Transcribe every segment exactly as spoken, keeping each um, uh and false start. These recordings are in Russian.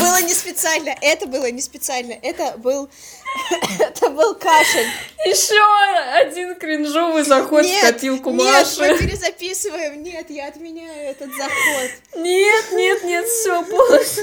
было не специально, это было не специально, это был, это был кашель. Еще один кринжовый заход нет, в копилку Маши. Нет, мы перезаписываем, нет, я отменяю этот заход. Нет, нет, нет, все полностью.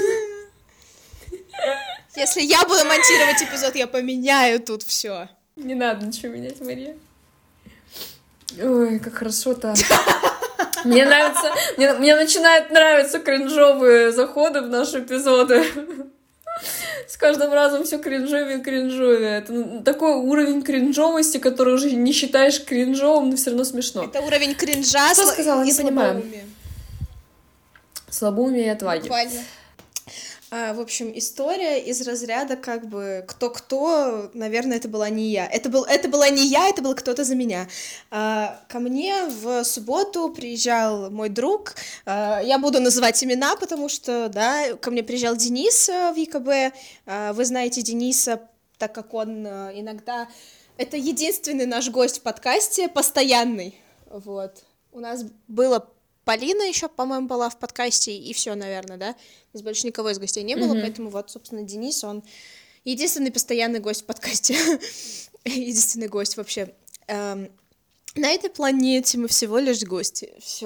Если я буду монтировать эпизод, я поменяю тут все. Не надо ничего менять, Мария. Ой, как хорошо-то. Мне нравится, мне, мне начинает нравиться кринжовые заходы в наши эпизоды. С каждым разом все кринжовее и кринжовее. Это такой уровень кринжовости, который уже не считаешь кринжовым, но все равно смешно. Это уровень кринжа. Что сказала, и не понимаю. Слабоумие. Слабоумие и отваги. Буквально. А, в общем, история из разряда как бы кто-кто, наверное, это была не я. Это, был, это была не я, это был кто-то за меня. А, ко мне в субботу приезжал мой друг, а, я буду называть имена, потому что, да, ко мне приезжал Денис в ЕКБ. А, вы знаете Дениса, так как он иногда... Это единственный наш гость в подкасте, постоянный, вот. У нас было... Полина еще, по-моему, была в подкасте, и все, наверное, да? У нас больше никого из гостей не было, mm-hmm. поэтому вот, собственно, Денис, он единственный постоянный гость в подкасте. Единственный гость вообще. Эм, на этой планете мы всего лишь гости. Все.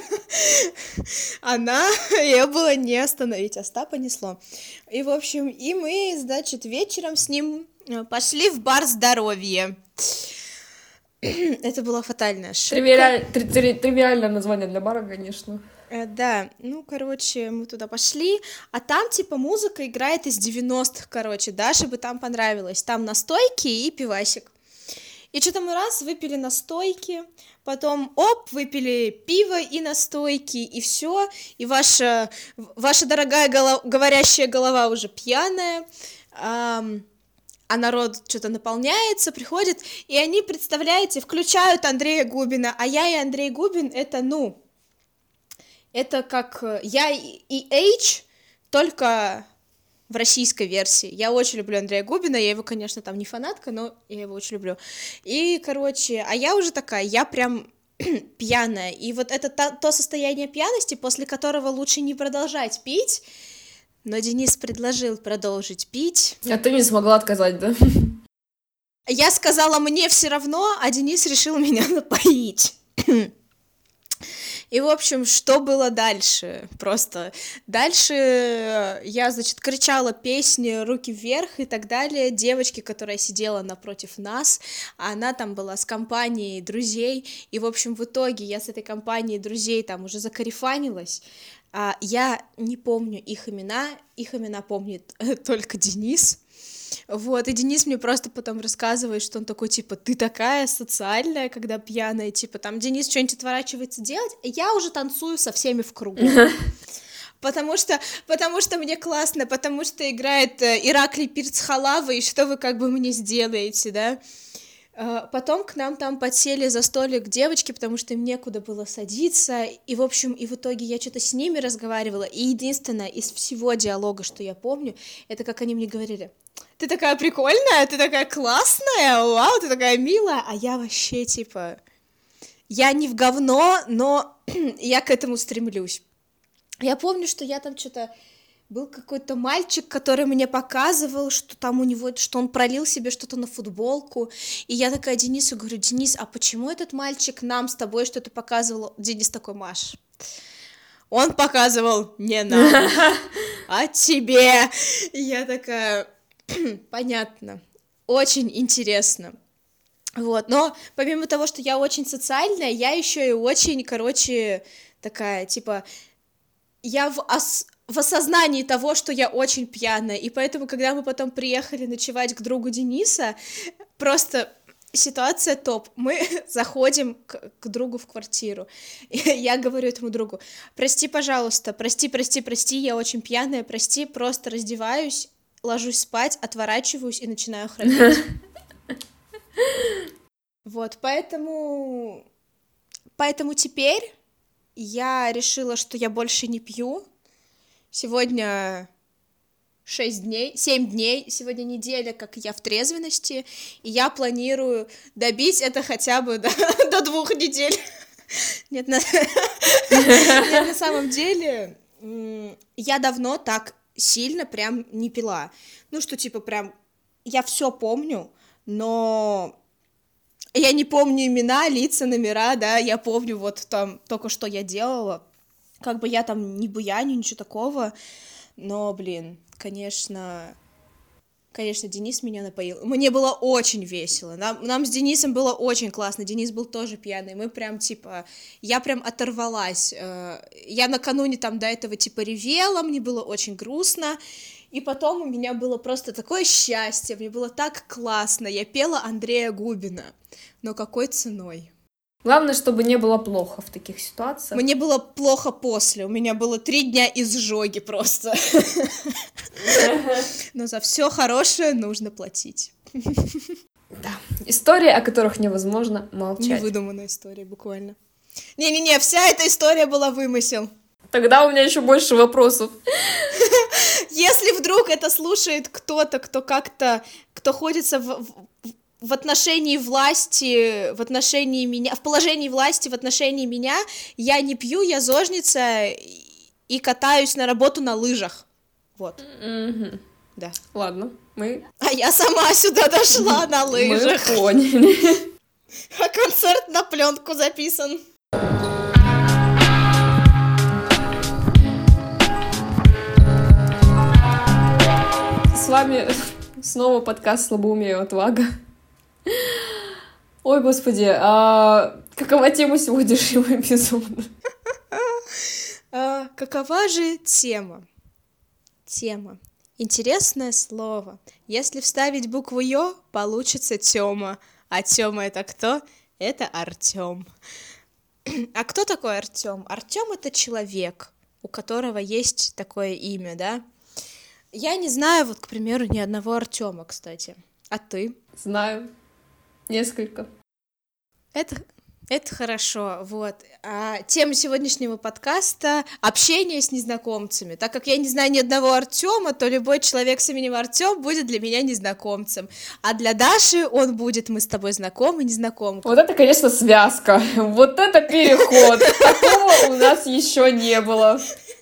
Она, ее было не остановить, Остапа понесло. И, в общем, и мы, значит, вечером с ним пошли в бар «Здоровье». Это была фатальная ошибка. Тривиаль... Три- три- Тривиальное название для бара, конечно. Э, да, ну, короче, мы туда пошли, а там, типа, музыка играет из девяностых, короче, Даше бы там понравилось. Там настойки и пивасик. И что-то мы раз выпили настойки, потом, оп, выпили пиво и настойки, и все, и ваша, ваша дорогая голова, говорящая голова уже пьяная, ам... а народ что-то наполняется, приходит, и они, представляете, включают Андрея Губина, а я и Андрей Губин, это, ну, это как я и H, только в российской версии. Я очень люблю Андрея Губина, я его, конечно, там не фанатка, но я его очень люблю. И, короче, а я уже такая, я прям пьяная, и вот это то, то состояние пьяности, после которого лучше не продолжать пить. Но Денис предложил продолжить пить. А ты не смогла отказать, да? Я сказала, мне все равно, а Денис решил меня напоить. И, в общем, что было дальше? Просто дальше я, значит, кричала песни «Руки вверх» и так далее девочке, которая сидела напротив нас, а она там была с компанией друзей, и, в общем, в итоге я с этой компанией друзей там уже закарифанилась. Uh, я не помню их имена, их имена помнит только Денис, вот, и Денис мне просто потом рассказывает, что он такой, типа, ты такая социальная, когда пьяная, типа, там Денис что-нибудь отворачивается делать, и я уже танцую со всеми в кругу, потому что, потому что мне классно, потому что играет Ираклий Пирцхалава, и что вы как бы мне сделаете, да? Потом к нам там подсели за столик девочки, потому что им некуда было садиться, и, в общем, и в итоге я что-то с ними разговаривала, и единственное из всего диалога, что я помню, это как они мне говорили: ты такая прикольная, ты такая классная, вау, ты такая милая, а я вообще, типа, я не в говно, но я к этому стремлюсь. Я помню, что я там что-то... Был какой-то мальчик, который мне показывал, что там у него, что он пролил себе что-то на футболку, и я такая Денису говорю: Денис, а почему этот мальчик нам с тобой что-то показывал? Денис такой: Маш, он показывал не нам, а тебе. И я такая: понятно, очень интересно. Вот, но помимо того, что я очень социальная, я еще и очень, короче, такая, типа, я в ос... в осознании того, что я очень пьяная, и поэтому, когда мы потом приехали ночевать к другу Дениса, просто ситуация топ. Мы заходим к, к другу в квартиру, и я говорю этому другу: прости, пожалуйста, прости, прости, прости, я очень пьяная, прости, просто раздеваюсь, ложусь спать, отворачиваюсь и начинаю храпеть. Вот, поэтому... Поэтому теперь я решила, что я больше не пью. Сегодня шесть дней, семь дней, сегодня неделя, как я в трезвенности, и я планирую добить это хотя бы до, до двух недель. Нет, на... Нет, на самом деле, я давно так сильно прям не пила. Ну, что, типа, прям, я все помню, но я не помню имена, лица, номера, да, я помню вот там только что я делала, как бы я там не буяню, ничего такого, но, блин, конечно... Конечно, Денис меня напоил. Мне было очень весело. Нам, нам с Денисом было очень классно. Денис был тоже пьяный. Мы прям, типа... Я прям оторвалась. Я накануне там до этого, типа, ревела. Мне было очень грустно. И потом у меня было просто такое счастье. Мне было так классно. Я пела Андрея Губина. Но какой ценой? Главное, чтобы не было плохо в таких ситуациях. Мне было плохо после. У меня было три дня изжоги просто. Но за все хорошее нужно платить. Да. Истории, о которых невозможно молчать. Невыдуманная история, буквально. Не-не-не, вся эта история была вымысел. Тогда у меня еще больше вопросов. Если вдруг это слушает кто-то, кто как-то, кто ходится в, в, в отношении власти, в отношении меня, в положении власти, в отношении меня, я не пью, я зожница и катаюсь на работу на лыжах. Вот. Mm-hmm. Да. Ладно, мы... А я сама сюда дошла на лыжах. Мы поняли. А концерт на пленку записан. С вами снова подкаст «Слабоумие и отвага». Ой, господи, а какова тема сегодняшнего эпизода? А, какова же тема? Тема. Интересное слово. Если вставить букву Ё, получится Тёма. А Тёма это кто? Это Артём. А кто такой Артём? Артём это человек, у которого есть такое имя, да? Я не знаю, вот, к примеру, ни одного Артёма, кстати. А ты? Знаю. Несколько. Это, это хорошо, вот. А тема сегодняшнего подкаста — общение с незнакомцами. Так как я не знаю ни одного Артёма, то любой человек с именем Артём будет для меня незнакомцем. А для Даши он будет «мы с тобой знакомы, незнакомка». Вот это, конечно, связка. Вот это переход. Такого у нас еще не было.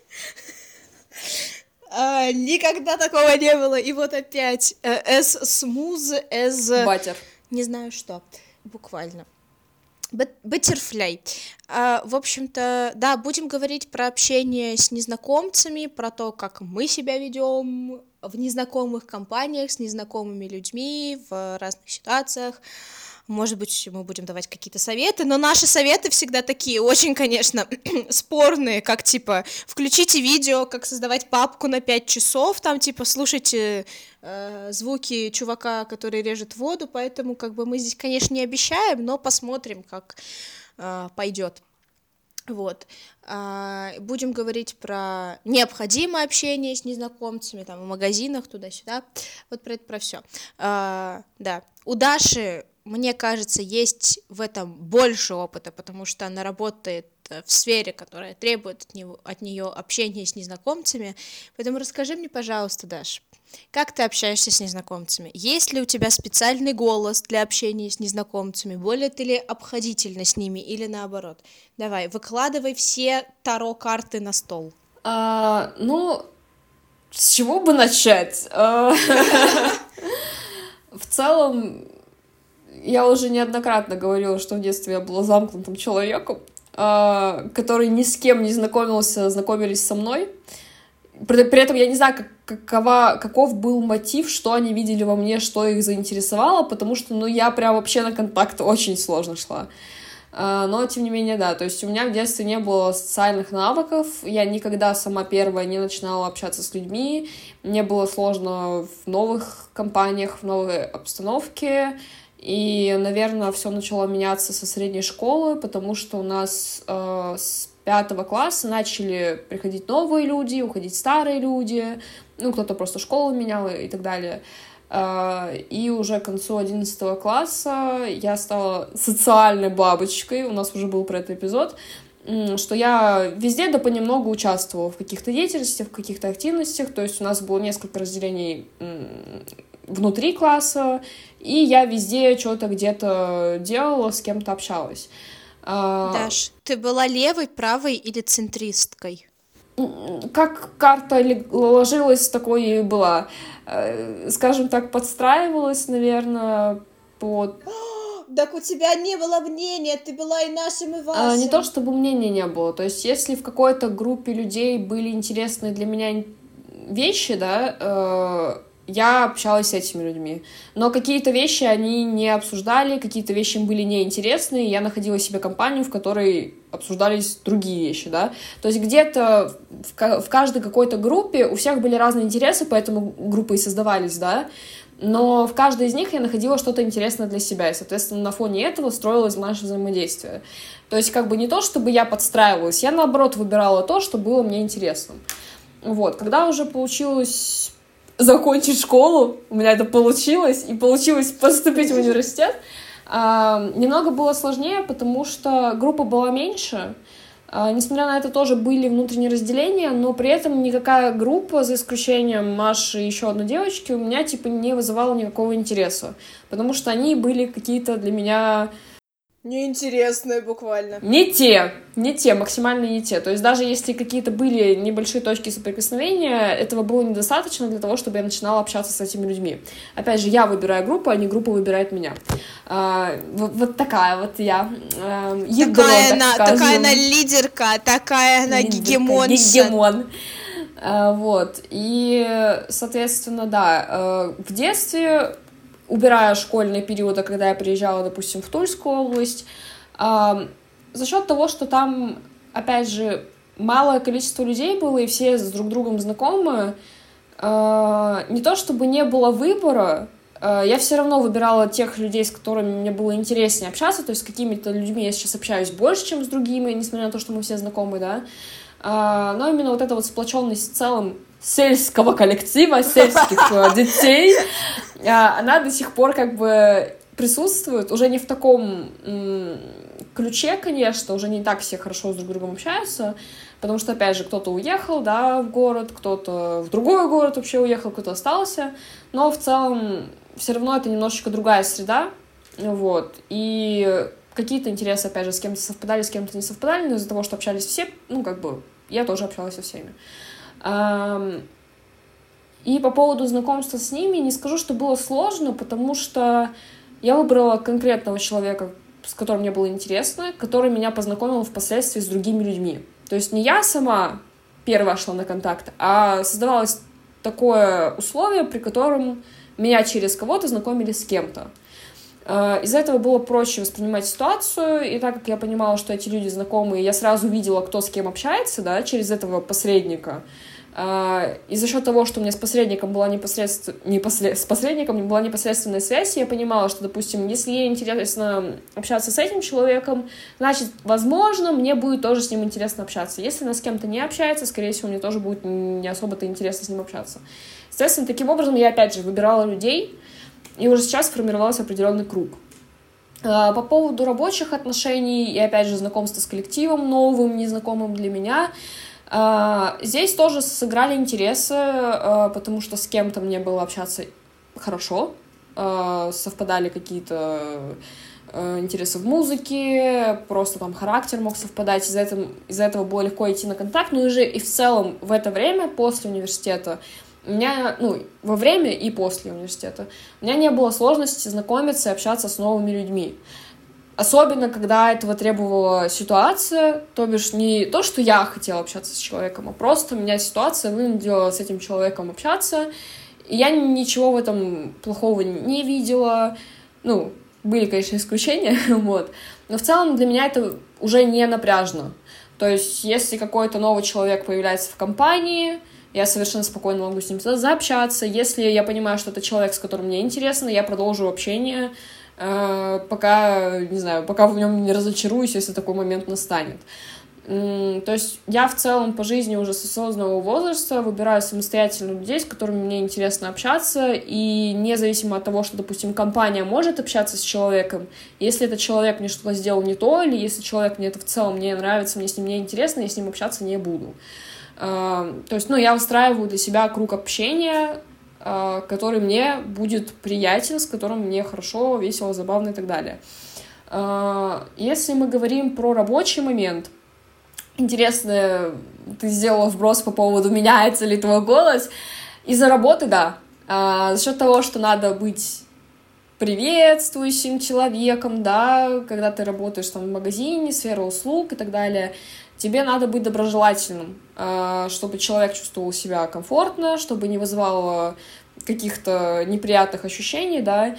А, никогда такого не было. И вот опять as smooth as... Батер. Не знаю что. Буквально. Баттерфляй. А, в общем-то, да, будем говорить про общение с незнакомцами, про то, как мы себя ведем в незнакомых компаниях, с незнакомыми людьми, в разных ситуациях. Может быть, мы будем давать какие-то советы, но наши советы всегда такие, очень, конечно, спорные, как, типа, включите видео, как создавать папку на пять часов, там, типа, слушайте э, звуки чувака, который режет воду, поэтому, как бы, мы здесь, конечно, не обещаем, но посмотрим, как э, пойдет. Вот. А, будем говорить про необходимое общение с незнакомцами, там, в магазинах, туда-сюда, вот про это, про все. А, да, у Даши, мне кажется, есть в этом больше опыта, потому что она работает в сфере, которая требует от, него, от нее общения с незнакомцами. Поэтому расскажи мне, пожалуйста, Даш, как ты общаешься с незнакомцами? Есть ли у тебя специальный голос для общения с незнакомцами? Более ты ли обходительна с ними или наоборот? Давай, выкладывай все таро-карты на стол. А, ну, с чего бы начать? В целом, я уже неоднократно говорила, что в детстве я была замкнутым человеком, который ни с кем не знакомился, знакомились со мной. При, при этом я не знаю, как, какова, каков был мотив, что они видели во мне, что их заинтересовало, потому что, ну, я прям вообще на контакт очень сложно шла. Но, тем не менее, да, то есть у меня в детстве не было социальных навыков, я никогда сама первая не начинала общаться с людьми, мне было сложно в новых компаниях, в новой обстановке, и, наверное, все начало меняться со средней школы, потому что у нас э, с пятого класса начали приходить новые люди, уходить старые люди, ну, кто-то просто школу менял и так далее. И уже к концу одиннадцатого класса я стала социальной бабочкой, у нас уже был про это эпизод, что я везде да понемногу участвовала в каких-то деятельностях, в каких-то активностях, то есть у нас было несколько разделений внутри класса, и я везде что-то где-то делала, с кем-то общалась. Даш, ты была левой, правой или центристкой? как карта ложилась, такой и была. Скажем так, подстраивалась, наверное, под... Так у тебя не было мнения, ты была и нашим, и вашим. А, не то, чтобы мнения не было. То есть, если в какой-то группе людей были интересны для меня вещи, да, э, я общалась с этими людьми. Но какие-то вещи они не обсуждали, какие-то вещи им были неинтересны, и я находила себе компанию, в которой обсуждались другие вещи, да. То есть, где-то в, в каждой какой-то группе у всех были разные интересы, поэтому группы и создавались, да. Но в каждой из них я находила что-то интересное для себя, и, соответственно, на фоне этого строилось наше взаимодействие. То есть, как бы не то, чтобы я подстраивалась, я, наоборот, выбирала то, что было мне интересным. Вот, когда уже получилось закончить школу, у меня это получилось, и получилось поступить в университет, а, немного было сложнее, потому что группа была меньше. Несмотря на это, тоже были внутренние разделения, но при этом никакая группа, за исключением Маши и еще одной девочки, у меня, типа, не вызывала никакого интереса, потому что они были какие-то для меня... Неинтересные буквально. Не те, не те, максимально не те. То есть даже если какие-то были небольшие точки соприкосновения, этого было недостаточно для того, чтобы я начинала общаться с этими людьми. Опять же, я выбираю группу, а не группа выбирает меня. А, вот, вот такая вот я. А, ядро, такая, так она, скажем. такая она лидерка, такая она лидерка, гегемонша. Гегемон. А, вот. И, соответственно, да, в детстве... убирая школьные периоды, когда я приезжала, допустим, в Тульскую область, э, за счет того, что там, опять же, малое количество людей было, и все с друг другом знакомы, э, не то чтобы не было выбора, э, я все равно выбирала тех людей, с которыми мне было интереснее общаться, то есть с какими-то людьми я сейчас общаюсь больше, чем с другими, несмотря на то, что мы все знакомы, да, э, но именно вот эта вот сплоченность в целом сельского коллектива, сельских детей, она до сих пор как бы присутствует, уже не в таком м- ключе, конечно, уже не так все хорошо с друг другом общаются, потому что, опять же, кто-то уехал, да, в город, кто-то в другой город вообще уехал, кто-то остался, но в целом все равно это немножечко другая среда, вот, и какие-то интересы, опять же, с кем-то совпадали, с кем-то не совпадали, но из-за того, что общались все, ну, как бы, я тоже общалась со всеми. И по поводу знакомства с ними не скажу, что было сложно, потому что я выбрала конкретного человека, с которым мне было интересно, который меня познакомил впоследствии с другими людьми. То есть не я сама первая шла на контакт, а создавалось такое условие, при котором меня через кого-то знакомили с кем-то. Из-за этого было проще воспринимать ситуацию, и так как я понимала, что эти люди знакомые, я сразу видела, кто с кем общается, да, через этого посредника. И за счет того, что у меня с посредником была непосредственно, непослед... с посредником была непосредственная связь, я понимала, что, допустим, если ей интересно общаться с этим человеком, значит, возможно, мне будет тоже с ним интересно общаться. Если она с кем-то не общается, скорее всего, мне тоже будет не особо-то интересно с ним общаться. Естественно, таким образом я, опять же, выбирала людей, и уже сейчас сформировался определенный круг. По поводу рабочих отношений и, опять же, знакомства с коллективом новым, незнакомым для меня, здесь тоже сыграли интересы, потому что с кем-то мне было общаться хорошо, совпадали какие-то интересы в музыке, просто там характер мог совпадать, из-за этого, из-за этого было легко идти на контакт, ну и же и в целом в это время, после университета, у меня, ну, во время и после университета, у меня не было сложности знакомиться и общаться с новыми людьми. Особенно, когда этого требовала ситуация, то бишь не то, что я хотела общаться с человеком, а просто меня ситуация вынудила с этим человеком общаться, и я ничего в этом плохого не видела. Ну, были, конечно, исключения, вот. Но в целом для меня это уже не напряжно. То есть, если какой-то новый человек появляется в компании, я совершенно спокойно могу с ним заобщаться. Если я понимаю, что это человек, с которым мне интересно, я продолжу общение, пока, не знаю, пока в нем не разочаруюсь, если такой момент настанет. То есть я в целом по жизни уже с осознанного возраста выбираю самостоятельно людей, с которыми мне интересно общаться, и независимо от того, что, допустим, компания может общаться с человеком, если этот человек мне что-то сделал не то, или если человек мне это в целом не нравится, мне с ним не интересно, я с ним общаться не буду. То есть, ну, я выстраиваю для себя круг общения, который мне будет приятен, с которым мне хорошо, весело, забавно и так далее. Если мы говорим про рабочий момент, интересное ты сделала вброс по поводу, меняется ли твой голос. Из-за работы, да. А, за счет того, что надо быть приветствующим человеком, да, когда ты работаешь там в магазине, сфера услуг и так далее, тебе надо быть доброжелательным, чтобы человек чувствовал себя комфортно, чтобы не вызывало каких-то неприятных ощущений, да,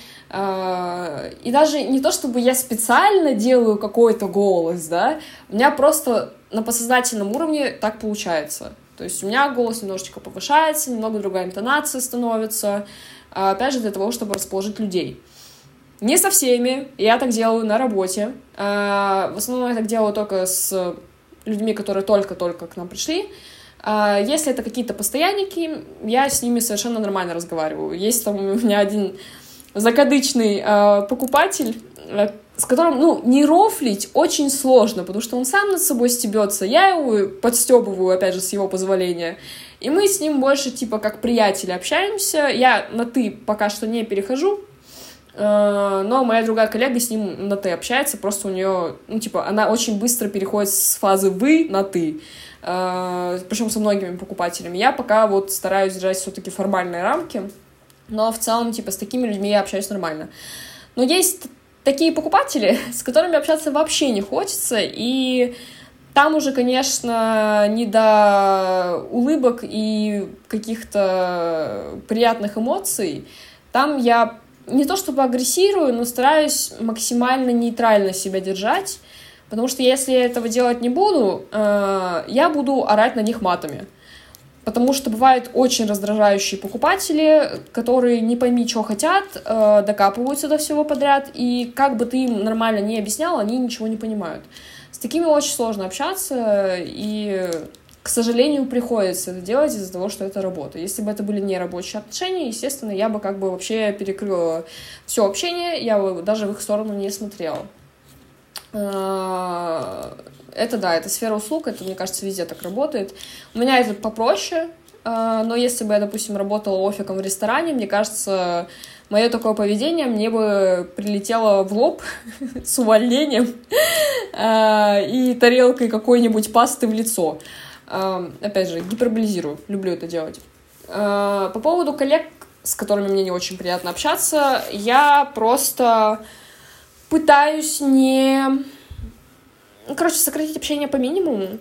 и даже не то, чтобы я специально делаю какой-то голос, да, у меня просто на подсознательном уровне так получается, то есть у меня голос немножечко повышается, немного другая интонация становится, опять же, для того, чтобы расположить людей. Не со всеми, я так делаю на работе. В основном я так делаю только с людьми, которые только-только к нам пришли. Если это какие-то постоянники, я с ними совершенно нормально разговариваю. Есть там у меня один закадычный покупатель, с которым, ну, не рофлить очень сложно, потому что он сам над собой стебется, я его подстебываю, опять же, с его позволения, и мы с ним больше, типа, как приятели общаемся. Я на «ты» пока что не перехожу, но моя другая коллега с ним на «ты» общается, просто у нее, ну, типа, она очень быстро переходит с фазы «вы» на «ты», причем со многими покупателями. Я пока вот стараюсь держать все-таки формальные рамки, но в целом, типа, с такими людьми я общаюсь нормально. Но есть такие покупатели, с которыми общаться вообще не хочется, и там уже, конечно, не до улыбок и каких-то приятных эмоций. Там я не то чтобы агрессирую, но стараюсь максимально нейтрально себя держать, потому что если я этого делать не буду, э, я буду орать на них матами. Потому что бывают очень раздражающие покупатели, которые не пойми, что хотят, э, докапываются до всего подряд, и как бы ты им нормально не объяснял, они ничего не понимают. С такими очень сложно общаться, и, к сожалению, приходится это делать из-за того, что это работа. Если бы это были не рабочие отношения, естественно, я бы как бы вообще перекрыла все общение, я бы даже в их сторону не смотрела. Это, да, это сфера услуг, это, мне кажется, везде так работает. У меня это попроще, но если бы я, допустим, работала офиком в ресторане, мне кажется, мое такое поведение мне бы прилетело в лоб с увольнением и тарелкой какой-нибудь пасты в лицо. Опять же, гиперболизирую, люблю это делать. По поводу коллег, с которыми мне не очень приятно общаться, я просто пытаюсь не... Короче, сократить общение по минимуму.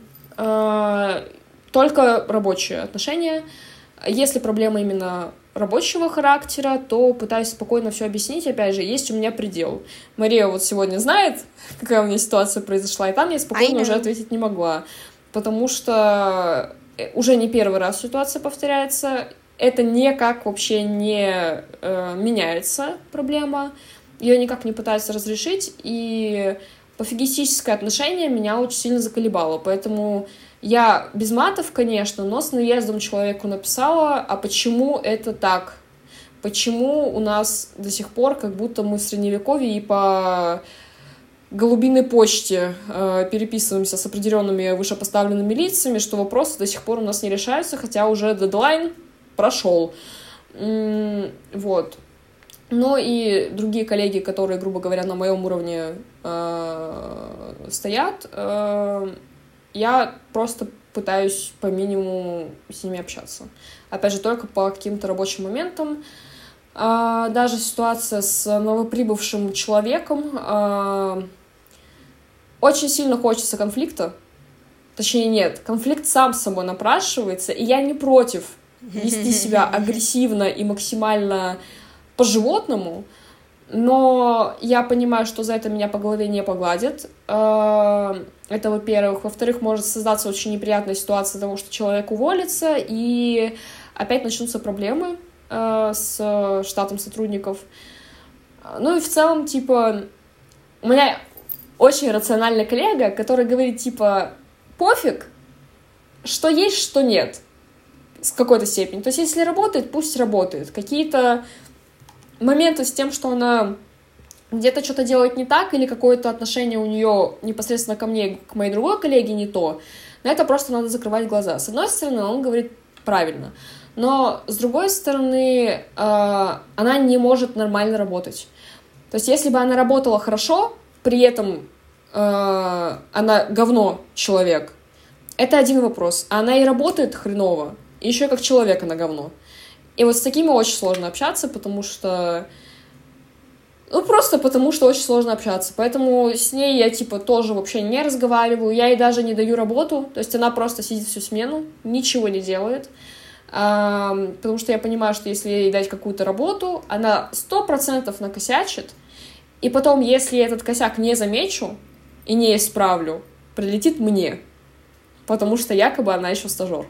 Только рабочие отношения. Если проблема именно рабочего характера, то пытаюсь спокойно все объяснить. Опять же, есть у меня предел. Мария вот сегодня знает, какая у меня ситуация произошла, и там я спокойно уже ответить не могла. Потому что уже не первый раз ситуация повторяется. Это никак вообще не э, меняется проблема. Ее никак не пытаются разрешить. И пофигистическое отношение меня очень сильно заколебало. Поэтому я без матов, конечно, но с наездом человеку написала, а почему это так? Почему у нас до сих пор как будто мы в Средневековье и по голубиной почте э, переписываемся с определенными вышепоставленными лицами, что вопросы до сих пор у нас не решаются, хотя уже дедлайн прошел. М-м, вот. Но и другие коллеги, которые, грубо говоря, на моем уровне э, стоят, э, я просто пытаюсь по минимуму с ними общаться. Опять же, только по каким-то рабочим моментам. Э, даже ситуация с новоприбывшим человеком. Э, очень сильно хочется конфликта. Точнее, нет, конфликт сам с собой напрашивается, и я не против вести себя агрессивно и максимально по-животному, но я понимаю, что за это меня по голове не погладят. Это, во-первых. Во-вторых, может создаться очень неприятная ситуация того, что человек уволится, и опять начнутся проблемы с штатом сотрудников. Ну и в целом, типа, у меня очень рациональный коллега, который говорит, типа, пофиг, что есть, что нет, с какой-то степени. То есть, если работает, пусть работает. Какие-то моменты с тем, что она где-то что-то делает не так, или какое-то отношение у нее непосредственно ко мне, к моей другой коллеге не то, на это просто надо закрывать глаза. С одной стороны, он говорит правильно, но с другой стороны, э, она не может нормально работать. То есть, если бы она работала хорошо, при этом э, она говно человек, Это один вопрос. Она и работает хреново, и еще как человек она говно. И вот с такими очень сложно общаться, потому что... Ну, просто потому что очень сложно общаться. Поэтому с ней я, типа, тоже вообще не разговариваю. Я ей даже не даю работу. То есть она просто сидит всю смену, ничего не делает. А, потому что я понимаю, что если ей дать какую-то работу, она сто процентов накосячит. И потом, если я этот косяк не замечу и не исправлю, прилетит мне. Потому что якобы она еще стажер.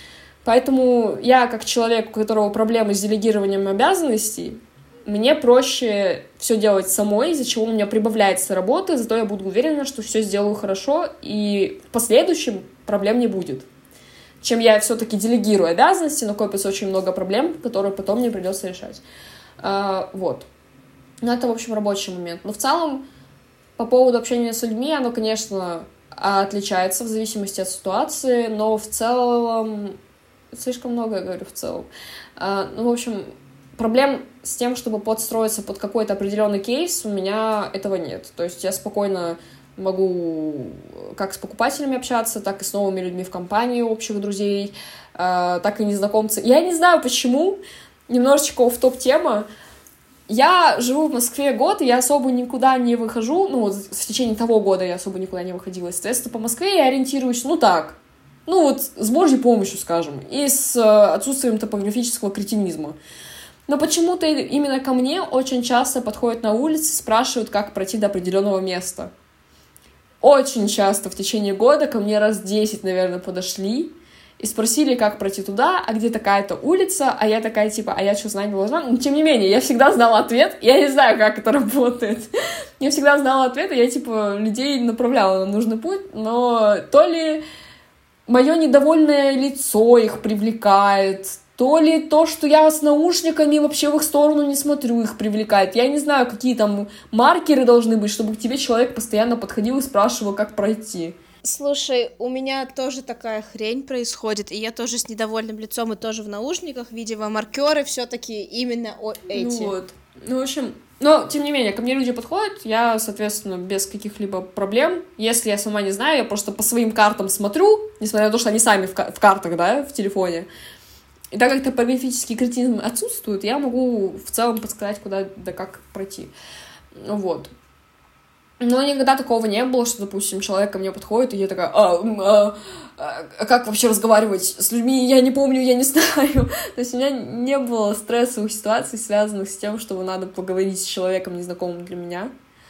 Поэтому я, как человек, у которого проблемы с делегированием обязанностей, мне проще все делать самой, из-за чего у меня прибавляется работа, зато я буду уверена, что все сделаю хорошо, и в последующем проблем не будет. Чем я все-таки делегирую обязанности, накопится очень много проблем, которые потом мне придется решать. А, вот. Ну, это, в общем, рабочий момент. Но в целом, по поводу общения с людьми, оно, конечно, отличается в зависимости от ситуации, но в целом... Слишком много я говорю в целом. А, ну, в общем... Проблем с тем, чтобы подстроиться под какой-то определенный кейс, у меня этого нет. То есть я спокойно могу как с покупателями общаться, так и с новыми людьми в компании, общих друзей, так и незнакомцы. Я не знаю, почему, немножечко офф-топ тема. Я живу в Москве год, и я особо никуда не выхожу. Ну, вот в течение того года я особо никуда не выходила. Соответственно, по Москве я ориентируюсь, ну, так. Ну, вот с Божьей помощью, скажем, и с отсутствием топографического кретинизма. Но почему-то именно ко мне очень часто подходят на улице, спрашивают, как пройти до определенного места. Очень часто в течение года ко мне раз десять, наверное, подошли и спросили, как пройти туда, а где такая-то улица, а я такая, типа, а я что, знать не должна? Но, тем не менее, я всегда знала ответ, я не знаю, как это работает. Я всегда знала ответ, и я, типа, людей направляла на нужный путь, но то ли мое недовольное лицо их привлекает, то ли то, что я с наушниками вообще в их сторону не смотрю, их привлекает. Я не знаю, какие там маркеры должны быть, чтобы к тебе человек постоянно подходил и спрашивал, как пройти. Слушай, у меня тоже такая хрень происходит, и я тоже с недовольным лицом и тоже в наушниках, видимо, маркеры все-таки именно эти. Ну вот. Ну, в общем, но, тем не менее, ко мне люди подходят, я, соответственно, без каких-либо проблем. Если я сама не знаю, я просто по своим картам смотрю, несмотря на то, что они сами в, в картах, да, в телефоне. И так как топографический кретинизм отсутствует, я могу в целом подсказать, куда да как пройти. Вот. Но никогда такого не было, что, допустим, человек ко мне подходит, и я такая, а, а, а как вообще разговаривать с людьми, я не помню, я не знаю. То есть у меня не было стрессовых ситуаций, связанных с тем, что надо поговорить с человеком, незнакомым для меня.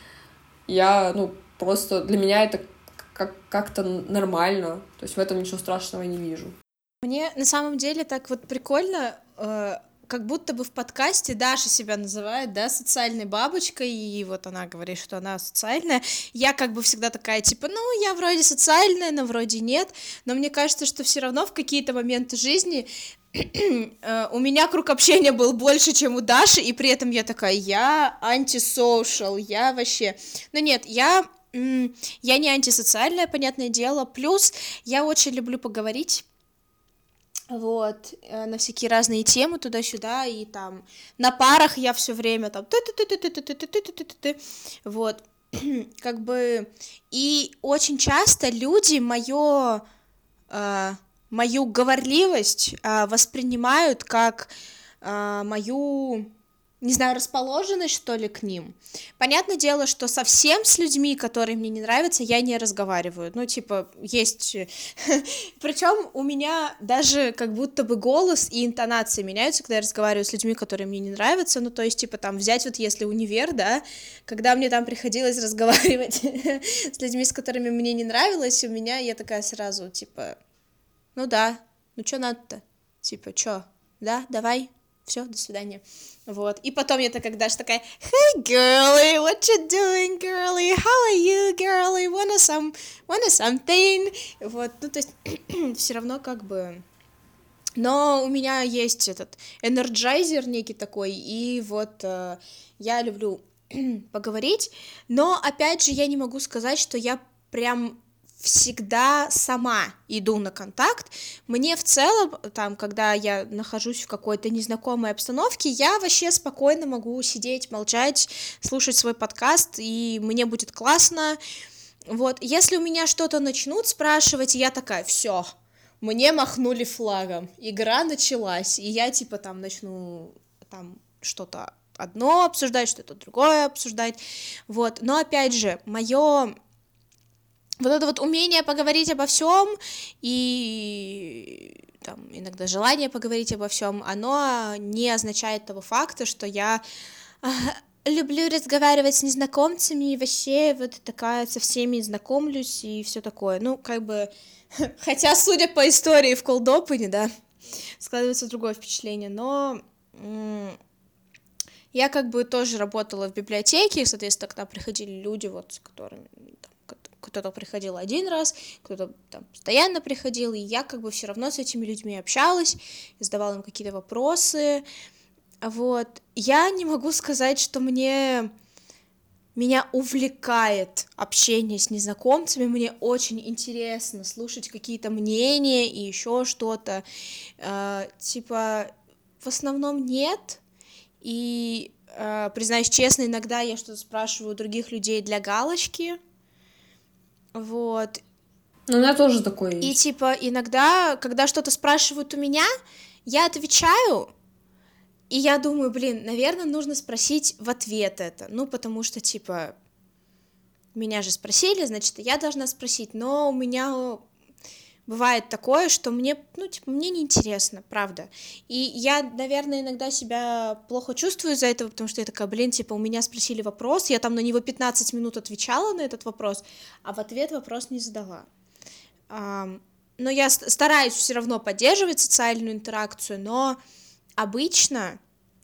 Я, ну, просто для меня это как- как-то нормально. То есть в этом ничего страшного не вижу. Мне на самом деле так вот прикольно, э, как будто бы в подкасте Даша себя называет, да, социальной бабочкой, и вот она говорит, что она социальная. Я как бы всегда такая, типа, ну, я вроде социальная, но вроде нет, но мне кажется, что все равно в какие-то моменты жизни э, у меня круг общения был больше, чем у Даши, и при этом я такая, я антисоушал, я вообще... Ну нет, я... м, Я не антисоциальная, понятное дело, плюс я очень люблю поговорить, вот, э, на всякие разные темы туда-сюда, и там на парах я все время там ты-ты-ты-ты-ты-ты-ты-ты-ты-ты-ты, вот, как бы, и очень часто люди моё, э, мою говорливость э, воспринимают как э, мою, не знаю, расположенность, что ли, к ним. Понятное дело, что совсем с людьми, которые мне не нравятся, я не разговариваю. Ну, типа, есть... Причем у меня даже как будто бы голос и интонации меняются, когда я разговариваю с людьми, которые мне не нравятся. Ну, то есть, типа, там, взять вот если универ, да, когда мне там приходилось разговаривать с людьми, с которыми мне не нравилось, у меня я такая сразу, типа, ну да, ну чё надо-то? Типа, чё? Да, давай. Все, до свидания. Вот. И потом я такая, Даша такая, hey, girly, what you doing, girly? How are you, girly? Wanna some, wanna something? Вот, ну, то есть, все равно как бы... Но у меня есть этот энерджайзер некий такой, и вот э, я люблю поговорить, но, опять же, я не могу сказать, что я прям... всегда сама иду на контакт. Мне в целом, там, когда я нахожусь в какой-то незнакомой обстановке, я вообще спокойно могу сидеть, молчать, слушать свой подкаст, и мне будет классно. Вот, если у меня что-то начнут спрашивать, я такая, все, мне махнули флагом, игра началась, и я, типа, там, начну, там, что-то одно обсуждать, что-то другое обсуждать, вот, но, опять же, мое вот это вот умение поговорить обо всем и там иногда желание поговорить обо всем, оно не означает того факта, что я люблю разговаривать с незнакомцами и вообще вот такая со всеми знакомлюсь и все такое. Ну, как бы, хотя, судя по истории в Cold Open, да, складывается другое впечатление, но м- я как бы тоже работала в библиотеке, соответственно, к нам приходили люди, вот, с которыми там, кто-то приходил один раз, кто-то там постоянно приходил, и я как бы все равно с этими людьми общалась, задавала им какие-то вопросы, вот. Я не могу сказать, что мне меня увлекает общение с незнакомцами, мне очень интересно слушать какие-то мнения и еще что-то, э, типа, в основном нет, и, э, признаюсь честно, иногда я что-то спрашиваю у других людей для галочки, вот. Ну, у меня тоже такое И, есть. типа, иногда, когда что-то спрашивают у меня, я отвечаю, и я думаю, блин, наверное, нужно спросить в ответ это, ну, потому что, типа, меня же спросили, значит, и я должна спросить, но у меня бывает такое, что мне, ну, типа, мне неинтересно, правда, и я, наверное, иногда себя плохо чувствую из-за этого, потому что я такая, блин, типа, у меня спросили вопрос, я там на него пятнадцать минут отвечала на этот вопрос, а в ответ вопрос не задала. Но я стараюсь все равно поддерживать социальную интеракцию, но обычно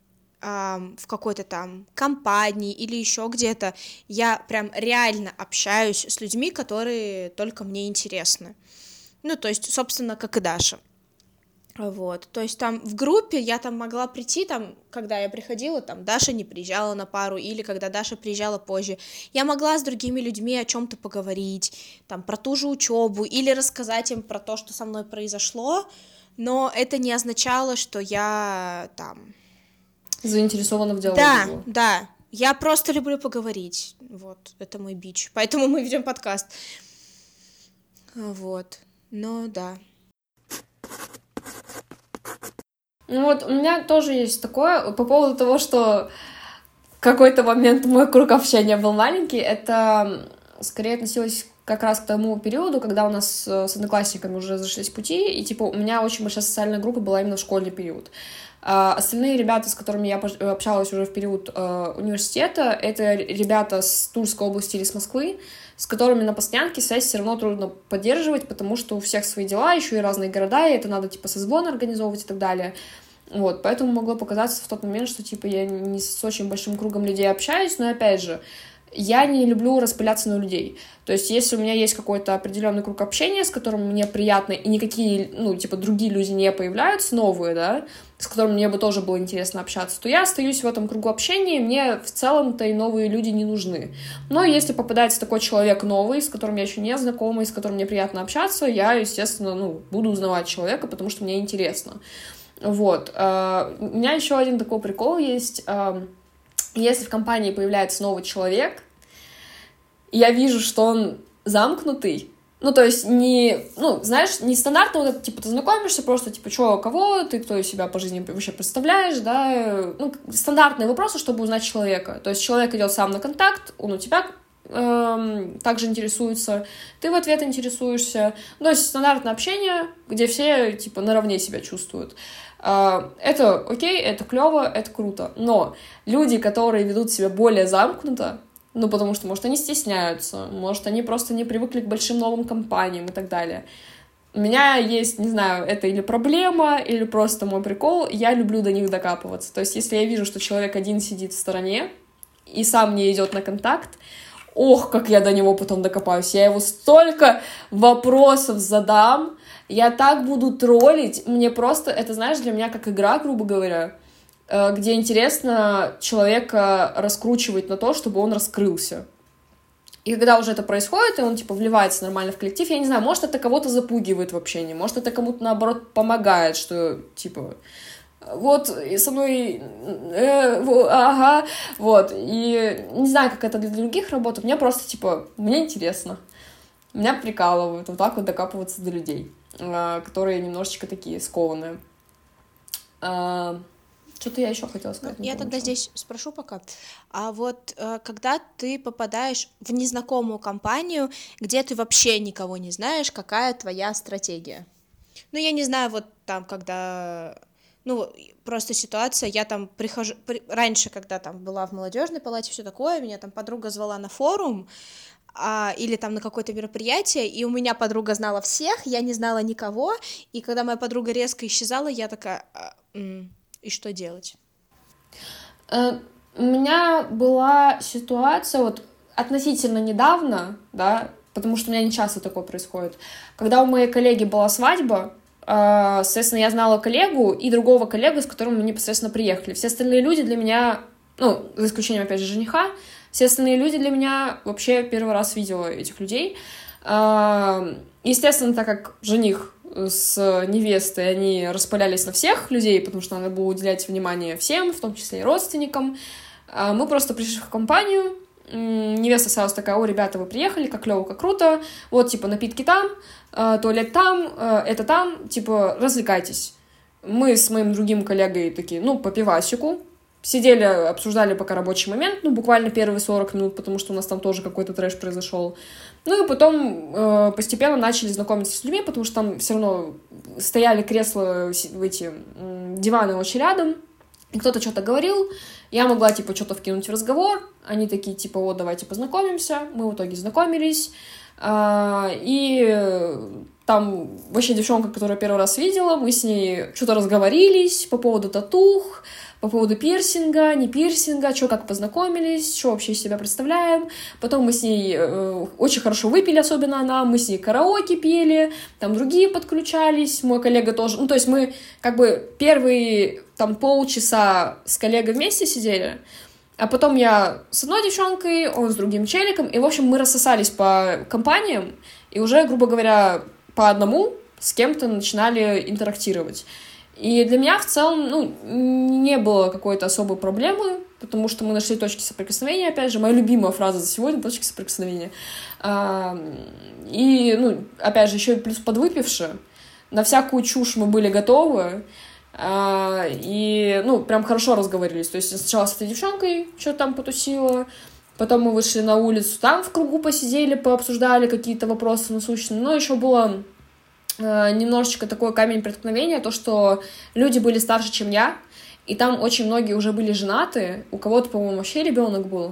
в какой-то там компании или еще где-то я прям реально общаюсь с людьми, которые только мне интересны. Ну, то есть, собственно, как и Даша. Вот, то есть там в группе я там могла прийти, там, когда я приходила, там Даша не приезжала на пару, или когда Даша приезжала позже, я могла с другими людьми о чем-то поговорить, там, про ту же учебу, или рассказать им про то, что со мной произошло, но это не означало, что я там... Заинтересована в диалоге. Да, была. да, я просто люблю поговорить, вот, это мой бич, поэтому мы ведем подкаст, вот, но да. Ну вот, у меня тоже есть такое, по поводу того, что в какой-то момент мой круг общения был маленький, это скорее относилось как раз к тому периоду, когда у нас с одноклассниками уже разошлись пути, и, типа, у меня очень большая социальная группа была именно в школьный период. А остальные ребята, с которыми я общалась уже в период э, университета, это ребята с Тульской области или с Москвы, с которыми на постоянке связь все равно трудно поддерживать, потому что у всех свои дела, еще и разные города, и это надо, типа, созвон организовывать и так далее. Вот, поэтому могло показаться в тот момент, что, типа, я не с очень большим кругом людей общаюсь, но, опять же, я не люблю распыляться на людей. То есть, если у меня есть какой-то определенный круг общения, с которым мне приятно, и никакие, ну, типа, другие люди не появляются, новые, да, с которыми мне бы тоже было интересно общаться, то я остаюсь в этом кругу общения, и мне в целом-то и новые люди не нужны. Но если попадается такой человек новый, с которым я еще не знакома, и с которым мне приятно общаться, я, естественно, ну, буду узнавать человека, потому что мне интересно. Вот. У меня еще один такой прикол есть. Если в компании появляется новый человек, я вижу, что он замкнутый, ну, то есть не, ну, знаешь, не стандартно вот это, типа, ты знакомишься, просто, типа, что, кого ты, кто из себя по жизни вообще представляешь, да, ну, стандартные вопросы, чтобы узнать человека, то есть человек идет сам на контакт, он у тебя эм, также интересуется, ты в ответ интересуешься, ну, то есть стандартное общение, где все, типа, наравне себя чувствуют. Это окей, это клево, это круто, но люди, которые ведут себя более замкнуто, ну, потому что, может, они стесняются, может, они просто не привыкли к большим новым компаниям и так далее. У меня есть, не знаю, это или проблема, или просто мой прикол, я люблю до них докапываться. То есть, если я вижу, что человек один сидит в стороне и сам не идет на контакт, ох, как я до него потом докопаюсь. Я его столько вопросов задам, я так буду троллить. Мне просто, это, знаешь, для меня как игра, грубо говоря, где интересно человека раскручивать на то, чтобы он раскрылся. И когда уже это происходит, и он, типа, вливается нормально в коллектив, я не знаю, может, это кого-то запугивает в общении, может, это кому-то, наоборот, помогает, что, типа, вот, и со мной, э, во, ага, вот, и не знаю, как это для других работает, мне просто, типа, мне интересно, меня прикалывают вот так вот докапываться до людей, э, которые немножечко такие скованные. Э, что-то я еще хотела сказать. Ну, я тогда что. Здесь спрошу пока, а вот э, когда ты попадаешь в незнакомую компанию, где ты вообще никого не знаешь, какая твоя стратегия? Ну, я не знаю, вот там, когда... Ну, просто ситуация, я там прихожу... При... Раньше, когда там была в молодежной палате, все такое, меня там подруга звала на форум, а, или там на какое-то мероприятие, и у меня подруга знала всех, я не знала никого, и когда моя подруга резко исчезала, я такая, а, м- и что делать? Uh, у меня была ситуация вот относительно недавно, да, потому что у меня не часто такое происходит, когда у моей коллеги была свадьба. Соответственно, я знала коллегу и другого коллегу, с которым мы непосредственно приехали. Все остальные люди для меня, ну, за исключением, опять же, жениха, все остальные люди для меня вообще первый раз видела этих людей. Естественно, так как жених с невестой, они распылялись на всех людей, потому что надо было уделять внимание всем, в том числе и родственникам. Мы просто пришли в компанию, невеста сразу такая: о, ребята, вы приехали, как клево, как круто, вот, типа, напитки там, туалет там, это там, типа, развлекайтесь. Мы с моим другим коллегой такие, ну, по пивасику, сидели, обсуждали пока рабочий момент, ну, буквально первые сорок минут, потому что у нас там тоже какой-то трэш произошел. Ну, и потом э, постепенно начали знакомиться с людьми, потому что там все равно стояли кресла, эти, диваны очень рядом, и кто-то что-то говорил, я могла, типа, что-то вкинуть в разговор, они такие, типа, вот, давайте познакомимся, мы в итоге знакомились, а, и там вообще девчонка, которую я первый раз видела, мы с ней что-то разговорились по поводу татух, по поводу пирсинга, не пирсинга, что как познакомились, что вообще из себя представляем. Потом мы с ней э, очень хорошо выпили, особенно она, мы с ней караоке пели, там другие подключались, мой коллега тоже. Ну, то есть мы как бы первые там полчаса с коллегой вместе сидели, а потом я с одной девчонкой, он с другим челиком, и, в общем, мы рассосались по компаниям, и уже, грубо говоря, по одному с кем-то начинали интерактировать. И для меня в целом, ну, не было какой-то особой проблемы, потому что мы нашли точки соприкосновения, опять же, моя любимая фраза за сегодня — точки соприкосновения. И, ну, опять же, еще и плюс подвыпивши, на всякую чушь мы были готовы, и, ну, прям хорошо разговорились. То есть сначала с этой девчонкой что-то там потусила, потом мы вышли на улицу, там в кругу посидели, пообсуждали какие-то вопросы насущные, но еще было немножечко такой камень преткновения, то, что люди были старше, чем я, и там очень многие уже были женаты, у кого-то, по-моему, вообще ребенок был,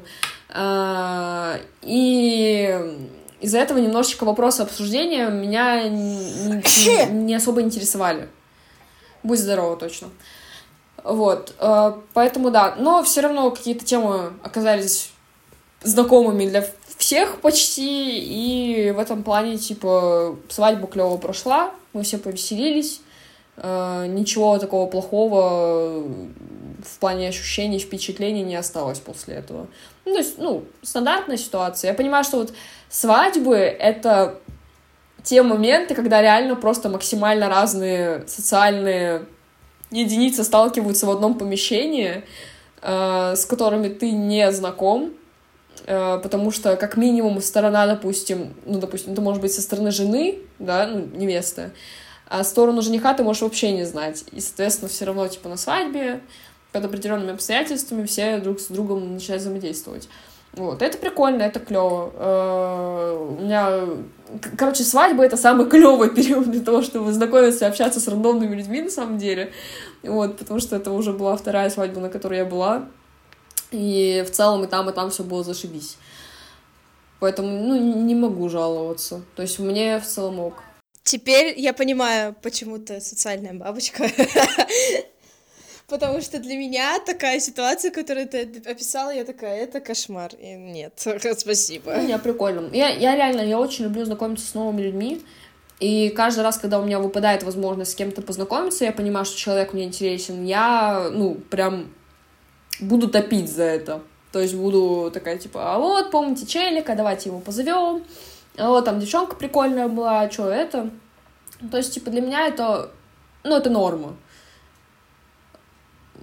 и из-за этого немножечко вопросы обсуждения меня не, не особо интересовали. Будь здорова, точно. Вот, поэтому да, но все равно какие-то темы оказались знакомыми для всех почти, и в этом плане, типа, свадьба клево прошла, мы все повеселились, э, ничего такого плохого в плане ощущений, впечатлений не осталось после этого. Ну, то есть, ну, стандартная ситуация. Я понимаю, что вот свадьбы — это те моменты, когда реально просто максимально разные социальные единицы сталкиваются в одном помещении, э, с которыми ты не знаком, потому что, как минимум, сторона, допустим, ну, допустим, это может быть со стороны жены, да, ну, невесты, а сторону жениха ты можешь вообще не знать. И, соответственно, все равно, типа, на свадьбе, под определенными обстоятельствами все друг с другом начинают взаимодействовать. Вот, это прикольно, это клево. У меня, короче, свадьба — это самый клевый период для того, чтобы знакомиться и общаться с рандомными людьми, на самом деле. Вот, потому что это уже была вторая свадьба, на которой я была. И в целом и там, и там все было зашибись. Поэтому, ну, не могу жаловаться. То есть мне в целом ок. Теперь я понимаю, почему ты социальная бабочка. Потому что для меня такая ситуация, которую ты описала, я такая, это кошмар. И нет, спасибо. Ну, не, прикольно. Я, я реально, я очень люблю знакомиться с новыми людьми. И каждый раз, когда у меня выпадает возможность с кем-то познакомиться, я понимаю, что человек мне интересен, я, ну, прям буду топить за это. То есть буду такая, типа, а вот, помните челика, давайте его позовем. А вот там девчонка прикольная была, что это? То есть, типа, для меня это, ну, это норма.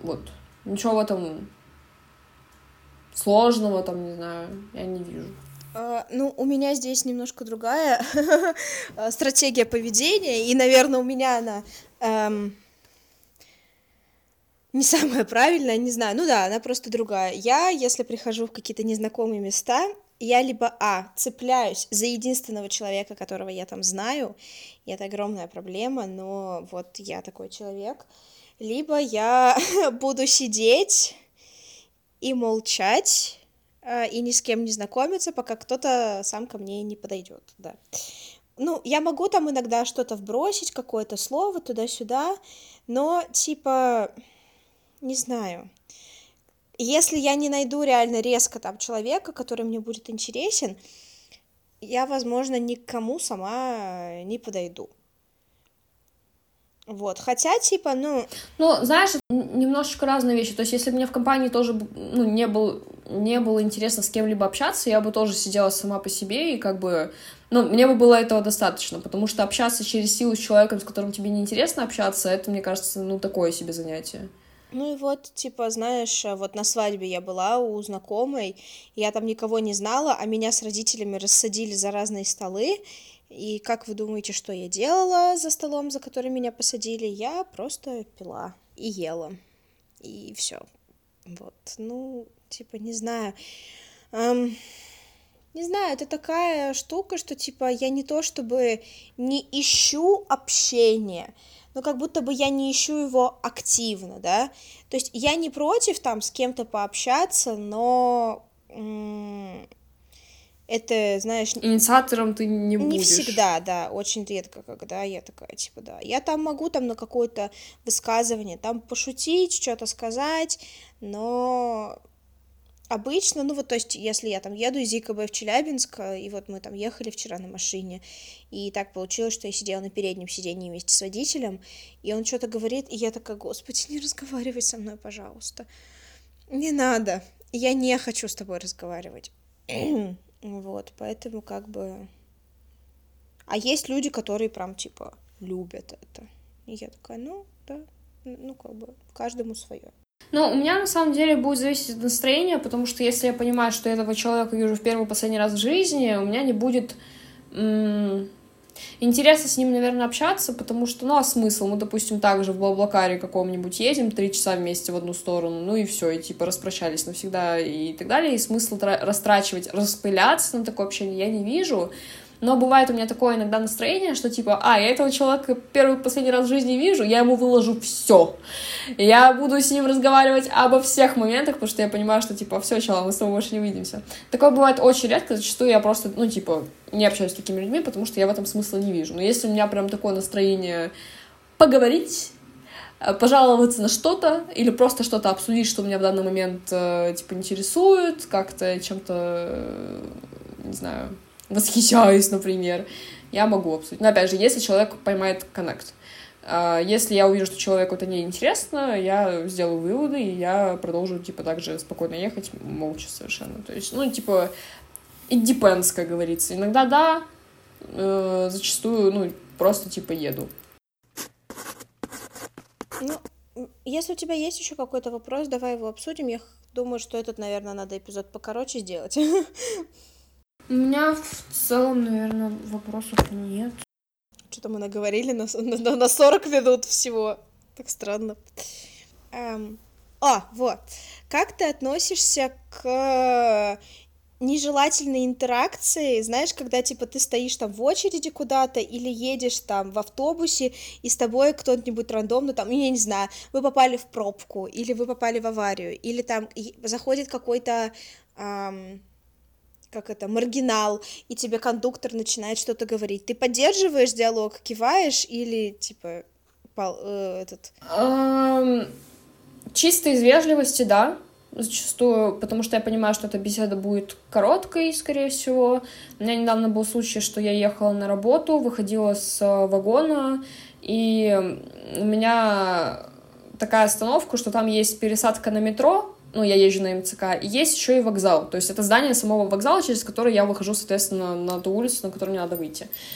Вот. Ничего в этом сложного, там, не знаю, я не вижу. Uh, ну, у меня здесь немножко другая стратегия поведения, и, наверное, у меня она эм, не самая правильная, не знаю, ну да, она просто другая. Я, если прихожу в какие-то незнакомые места, я либо, а, цепляюсь за единственного человека, которого я там знаю, и это огромная проблема, но вот я такой человек, либо я буду сидеть и молчать, и ни с кем не знакомиться, пока кто-то сам ко мне не подойдет, да. Ну, я могу там иногда что-то вбросить, какое-то слово туда-сюда, но, типа, не знаю, если я не найду реально резко там человека, который мне будет интересен, я, возможно, никому сама не подойду. Вот, хотя, типа, ну... Ну, знаешь, немножечко разные вещи. То есть, если бы мне в компании тоже ну, не, был, не было интересно с кем-либо общаться, я бы тоже сидела сама по себе, и как бы... Ну, мне бы было этого достаточно, потому что общаться через силу с человеком, с которым тебе неинтересно общаться, это, мне кажется, ну, такое себе занятие. Ну и вот, типа, знаешь, вот на свадьбе я была у знакомой, я там никого не знала, а меня с родителями рассадили за разные столы, и как вы думаете, что я делала за столом, за который меня посадили? Я просто пила и ела, и все. Вот, ну, типа, не знаю. Эм, не знаю, это такая штука, что, типа, я не то чтобы не ищу общения, но как будто бы я не ищу его активно, да? То есть я не против там с кем-то пообщаться, но... М- это, знаешь... Инициатором ты не будешь. Не всегда, да, очень редко, когда я такая, типа, да. Я там могу там на какое-то высказывание там пошутить, что-то сказать, но обычно, ну вот, то есть, если я там еду из ИКБ в Челябинск, и вот мы там ехали вчера на машине, и так получилось, что я сидела на переднем сиденье вместе с водителем, и он что-то говорит, и я такая, господи, не разговаривай со мной, пожалуйста. Не надо, я не хочу с тобой разговаривать. Вот, поэтому как бы... А есть люди, которые прям, типа, любят это. И я такая, ну, да, ну, как бы, каждому свое. Ну, у меня, на самом деле, будет зависеть от настроения, потому что если я понимаю, что я этого человека вижу в первый и последний раз в жизни, у меня не будет... М- интересно с ним, наверное, общаться, потому что, ну, а смысл? Мы, допустим, также в Блаблакаре каком-нибудь едем три часа вместе в одну сторону, ну и все, и типа распрощались навсегда и так далее, и смысл тра- растрачивать, распыляться на такое общение я не вижу. Но бывает у меня такое иногда настроение, что типа, а, я этого человека первый и последний раз в жизни вижу, я ему выложу все. Я буду с ним разговаривать обо всех моментах, потому что я понимаю, что типа, все, чела, мы с тобой больше не увидимся. Такое бывает очень редко, зачастую я просто, ну, типа, не общаюсь с такими людьми, потому что я в этом смысла не вижу. Но если у меня прям такое настроение поговорить, пожаловаться на что-то или просто что-то обсудить, что меня в данный момент, типа, интересует, как-то чем-то, не знаю... восхищаюсь, например, я могу обсудить. Но, опять же, если человек поймает коннект. Если я увижу, что человеку это неинтересно, я сделаю выводы, и я продолжу, типа, так же спокойно ехать, молча совершенно. То есть, ну, типа, it depends, как говорится. Иногда да, э, зачастую, ну, просто, типа, еду. Ну, если у тебя есть еще какой-то вопрос, давай его обсудим. Я думаю, что этот, наверное, надо эпизод покороче сделать. У меня в целом, наверное, вопросов нет. Что-то мы наговорили на, на, на сорок минут всего. Так странно. Эм, а, вот. Как ты относишься к нежелательной интеракции? Знаешь, когда, типа, ты стоишь там в очереди куда-то или едешь там в автобусе, и с тобой кто-нибудь рандомно там, я не знаю, вы попали в пробку, или вы попали в аварию, или там заходит какой-то... Эм, как это, маргинал, и тебе кондуктор начинает что-то говорить. Ты поддерживаешь диалог, киваешь или, типа, пал, э, этот... Um, чисто из вежливости, да, зачастую, потому что я понимаю, что эта беседа будет короткой, скорее всего. У меня недавно был случай, что я ехала на работу, выходила с вагона, и у меня такая остановка, что там есть пересадка на метро, ну, я езжу на МЦК, и есть еще и вокзал, то есть это здание самого вокзала, через которое я выхожу, соответственно, на ту улицу, на которую мне надо выйти.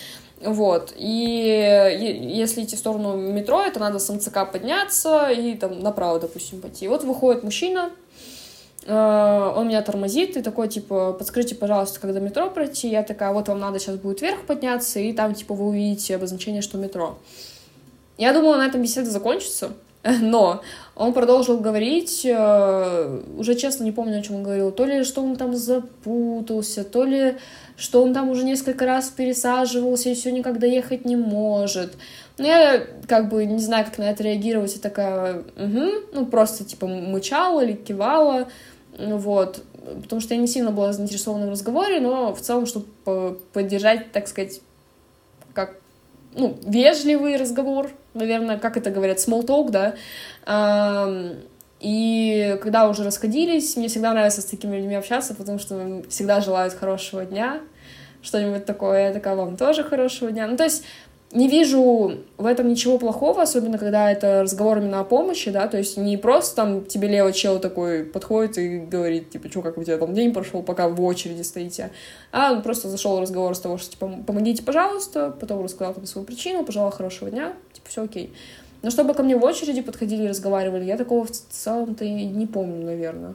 Вот, и если идти в сторону метро, это надо с МЦК подняться и там направо, допустим, пойти. Вот выходит мужчина, он меня тормозит и такой, типа, подскажите, пожалуйста, когда метро пройти. Я такая, вот вам надо сейчас будет вверх подняться, и там, типа, вы увидите обозначение, что метро. Я думала, на этом беседа закончится, но он продолжил говорить, уже честно не помню, о чем он говорил, то ли что он там запутался, то ли что он там уже несколько раз пересаживался и все никак доехать не может. Но я как бы не знаю, как на это реагировать, я такая, угу, ну просто типа мычала или кивала, вот, потому что я не сильно была заинтересована в разговоре, но в целом, чтобы поддержать, так сказать, как, ну, вежливый разговор, наверное, как это говорят, small talk, да, и когда уже расходились, мне всегда нравится с такими людьми общаться, потому что всегда желают хорошего дня, что-нибудь такое, я такая, вам тоже хорошего дня. Ну, то есть не вижу в этом ничего плохого, особенно когда это разговор именно о помощи, да, то есть не просто там тебе левый чел такой подходит и говорит, типа, что, как у тебя там день прошел, пока вы в очереди стоите, а он просто зашел разговор с того, что, типа, помогите, пожалуйста, потом рассказал там свою причину, пожелал хорошего дня, типа, все окей. Но чтобы ко мне в очереди подходили и разговаривали, я такого в целом-то и не помню, наверное.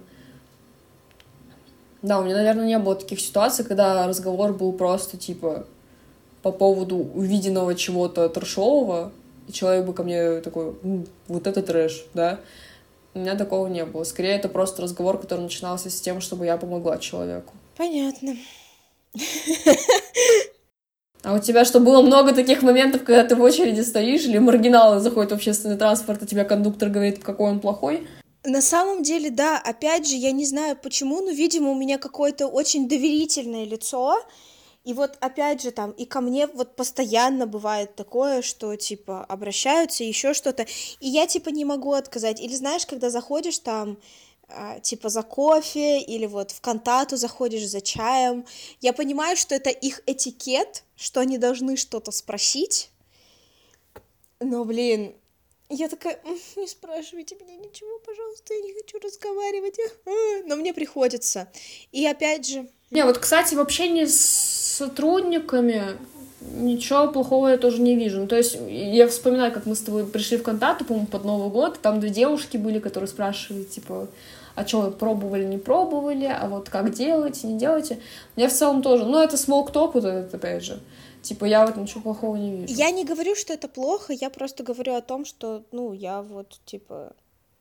Да, у меня, наверное, не было таких ситуаций, когда разговор был просто, типа, по поводу увиденного чего-то трэшового, и человек бы ко мне такой, ну, вот это трэш, да. У меня такого не было. Скорее, это просто разговор, который начинался с тем, чтобы я помогла человеку. Понятно. А у тебя что, было много таких моментов, когда ты в очереди стоишь, или маргиналы заходят в общественный транспорт, а тебе кондуктор говорит, какой он плохой? На самом деле, да, опять же, я не знаю почему, но, видимо, у меня какое-то очень доверительное лицо, и вот опять же там, и ко мне вот постоянно бывает такое, что, типа, обращаются, еще что-то, и я, типа, не могу отказать. Или знаешь, когда заходишь там, типа, за кофе, или вот в Кантату заходишь за чаем, я понимаю, что это их этикет, что они должны что-то спросить, но, блин, я такая, не спрашивайте меня ничего, пожалуйста, я не хочу разговаривать, но мне приходится. И опять же... Не, вот, кстати, в общении с сотрудниками ничего плохого я тоже не вижу. Ну, то есть я вспоминаю, как мы с тобой пришли в Кантату, по-моему, под Новый год, там две девушки были, которые спрашивали, типа, а что, вы пробовали, не пробовали, а вот как делаете, не делаете. Я в целом тоже, ну, это small talk, вот этот, опять же. Типа, я вот ничего плохого не вижу. Я не говорю, что это плохо, я просто говорю о том, что, ну, я вот, типа,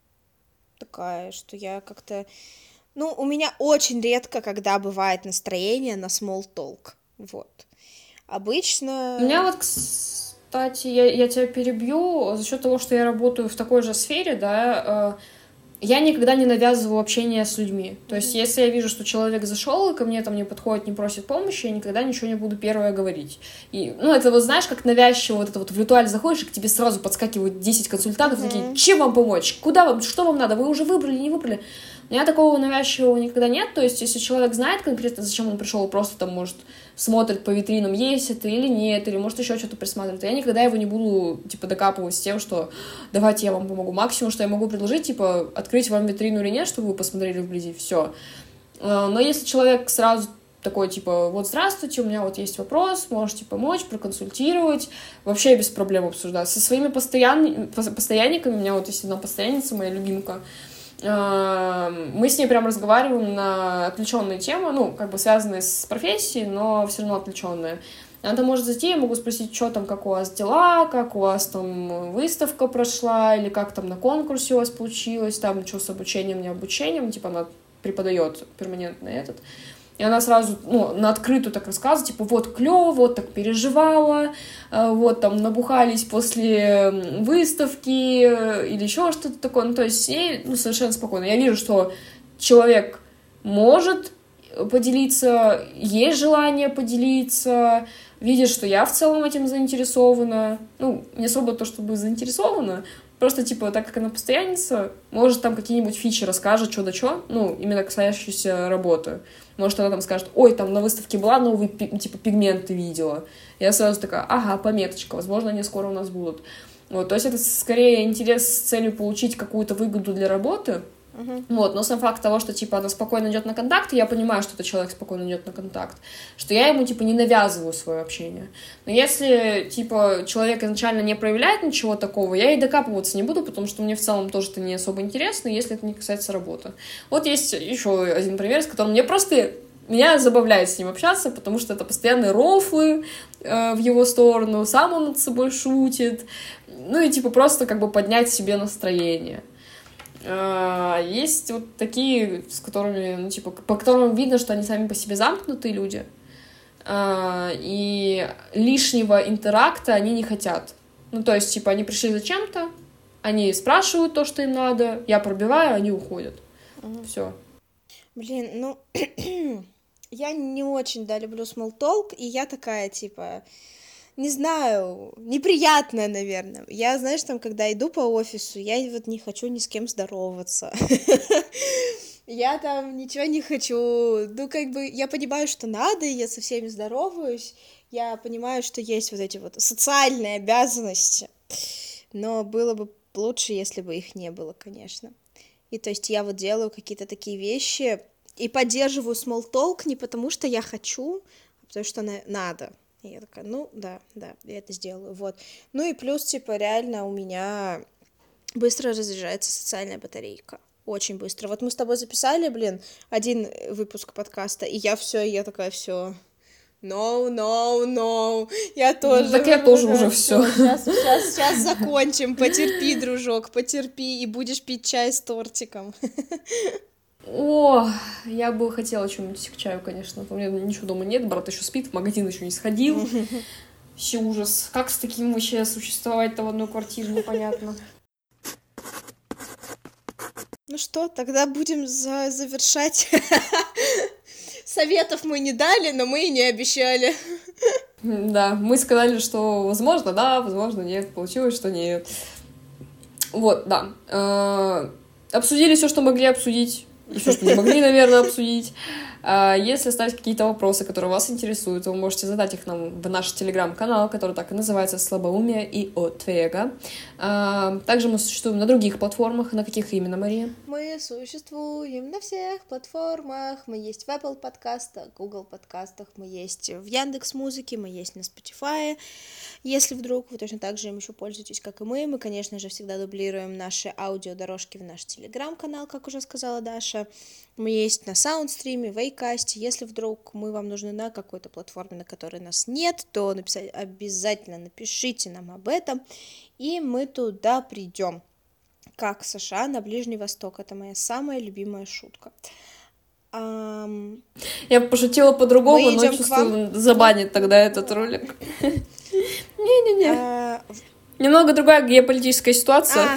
такая, что я как-то... Ну, у меня очень редко, когда бывает настроение на small talk, вот. Обычно... У меня вот, кстати, я, я тебя перебью, за счет того, что я работаю в такой же сфере, да, я никогда не навязываю общение с людьми. То есть, если я вижу, что человек зашел и ко мне там не подходит, не просит помощи, я никогда ничего не буду первое говорить. И, ну, это вот, знаешь, как навязчиво, вот это вот в ритуале заходишь, и к тебе сразу подскакивают десять консультантов, mm-hmm. такие, чем вам помочь, куда вам, что вам надо, вы уже выбрали, не выбрали. У меня такого навязчивого никогда нет, то есть, если человек знает конкретно, зачем он пришел, просто там, может, смотрит по витринам, есть это или нет, или, может, еще что-то присматривает, я никогда его не буду, типа, докапывать с тем, что давайте я вам помогу. Максимум, что я могу предложить, типа, открыть вам витрину или нет, чтобы вы посмотрели вблизи, все. Но если человек сразу такой, типа, вот, здравствуйте, у меня вот есть вопрос, можете помочь, проконсультировать, вообще без проблем обсуждать. Со своими постоян... постоянниками, у меня вот есть одна постоянница, моя любимка, мы с ней прям разговариваем на отвлеченные темы, ну, как бы связанные с профессией, но все равно отвлеченные. Она там может зайти, я могу спросить, что там, как у вас дела, как у вас там выставка прошла, или как там на конкурсе у вас получилось, там, что с обучением, не обучением, типа она преподает перманентно этот. И она сразу, ну, на открытую так рассказывает, типа, вот клево, вот так переживала, вот там набухались после выставки или еще что-то такое. Ну, то есть с ней, ну, совершенно спокойно. Я вижу, что человек может поделиться, есть желание поделиться, видит, что я в целом этим заинтересована. Ну, не особо то, чтобы заинтересована, просто, типа, так как она постоянница, может, там какие-нибудь фичи расскажет, что да что, ну, именно касающиеся работы. Может, она там скажет, ой, там на выставке была, новые, типа, пигменты видела. Я сразу такая, ага, пометочка, возможно, они скоро у нас будут. Вот, то есть это скорее интерес с целью получить какую-то выгоду для работы, Угу. Вот, но сам факт того, что, типа, она спокойно идет на контакт, и я понимаю, что этот человек спокойно идет на контакт, что я ему, типа, не навязываю свое общение. Но если, типа, человек изначально не проявляет ничего такого, я и докапываться не буду, потому что мне в целом тоже это не особо интересно, если это не касается работы. Вот есть еще один пример, с которым мне просто... Меня забавляет с ним общаться, потому что это постоянные рофлы э, в его сторону, сам он над собой шутит, ну и, типа, просто, как бы, поднять себе настроение. Есть вот такие, с которыми, ну, типа, по которым видно, что они сами по себе замкнутые люди, и лишнего интеракта они не хотят. Ну, то есть, типа, они пришли за чем-то, они спрашивают то, что им надо, я пробиваю, они уходят. Mm-hmm. Все. Блин, ну, я не очень, да, люблю small talk, и я такая, типа... Не знаю, неприятная, наверное. Я, знаешь, там, когда иду по офису, я вот не хочу ни с кем здороваться. Я там ничего не хочу. Ну, как бы, я понимаю, что надо, и я со всеми здороваюсь. Я понимаю, что есть вот эти вот социальные обязанности. Но было бы лучше, если бы их не было, конечно. И то есть я вот делаю какие-то такие вещи и поддерживаю small talk не потому, что я хочу, а потому что надо. И я такая, ну, да, да, я это сделаю, вот. Ну и плюс, типа, реально у меня быстро разряжается социальная батарейка, очень быстро. Вот мы с тобой записали, блин, один выпуск подкаста, и я все, я такая, все, no, no, no, я тоже. Так я тоже уже все. Сейчас, сейчас, сейчас закончим, потерпи, дружок, потерпи, и будешь пить чай с тортиком. О, я бы хотела что-нибудь к чаю, конечно. У меня ничего дома нет, брат еще спит, в магазин еще не сходил. Вообще ужас. Как с таким вообще существовать-то в одной квартире, непонятно. Ну что, тогда будем за- завершать. Советов мы не дали, но мы и не обещали. Да, мы сказали, что возможно, да, возможно, нет. Получилось, что нет. Вот, да. Обсудили все, что могли обсудить. И все, что не могли, наверное, обсудить. Если остались какие-то вопросы, которые вас интересуют, вы можете задать их нам в наш телеграм-канал, который так и называется «Слабоумие и Отвега». Также мы существуем на других платформах. На каких именно, Мария? Мы существуем на всех платформах. Мы есть в Apple подкастах, Google подкастах, мы есть в Яндекс.Музыке, мы есть на Spotify. Если вдруг вы точно так же им еще пользуетесь, как и мы, мы, конечно же, всегда дублируем наши аудиодорожки в наш телеграм-канал, как уже сказала Даша. Мы есть на Саундстриме, в Acast. Если вдруг мы вам нужны на какой-то платформе, на которой нас нет, то написать, обязательно напишите нам об этом, и мы туда придем. Как США на Ближний Восток. Это моя самая любимая шутка. Um... Я пошутила по-другому, но чувствую, забанит тогда этот ролик. Не-не-не. Немного другая геополитическая ситуация.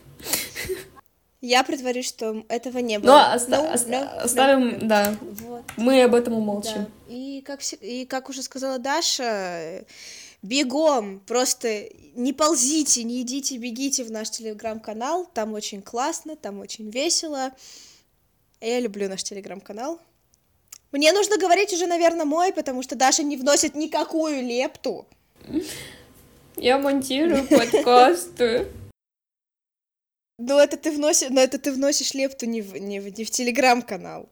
Я притворюсь, что этого не было. Но оста- no, оста- no, оставим, no. Да. Вот. Мы об этом умолчим. Да. И, как, и как уже сказала Даша, бегом, просто не ползите, не идите, бегите в наш телеграм-канал. Там очень классно, там очень весело. Я люблю наш телеграм-канал. Мне нужно говорить уже, наверное, мой, потому что Даша не вносит никакую лепту. Я монтирую подкасты. Ну, это ты вносишь, но это ты вносишь лепту не в, не в, не в телеграм-канал.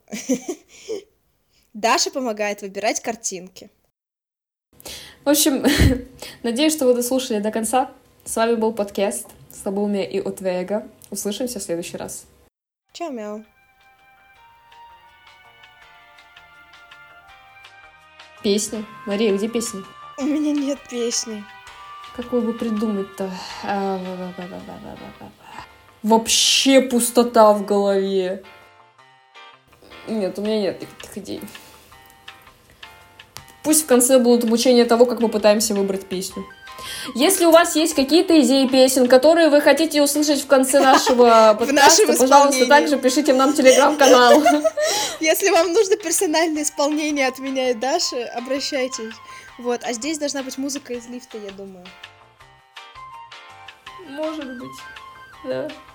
Даша помогает выбирать картинки. В общем, надеюсь, что вы дослушали до конца. С вами был подкаст «Слабоумие и Отвега». Услышимся в следующий раз. Чао, мяу. Песня. Мария, где песня? У меня нет песни. Какую бы придумать-то? Вообще пустота в голове. Нет, у меня нет никаких идей. Пусть в конце будут обучение того, как мы пытаемся выбрать песню. Если у вас есть какие-то идеи песен, которые вы хотите услышать в конце нашего подкаста, пожалуйста, также пишите нам в телеграм-канал. Если вам нужно персональное исполнение от меня и Даши, обращайтесь. Вот, а здесь должна быть музыка из лифта, я думаю. Может быть, да.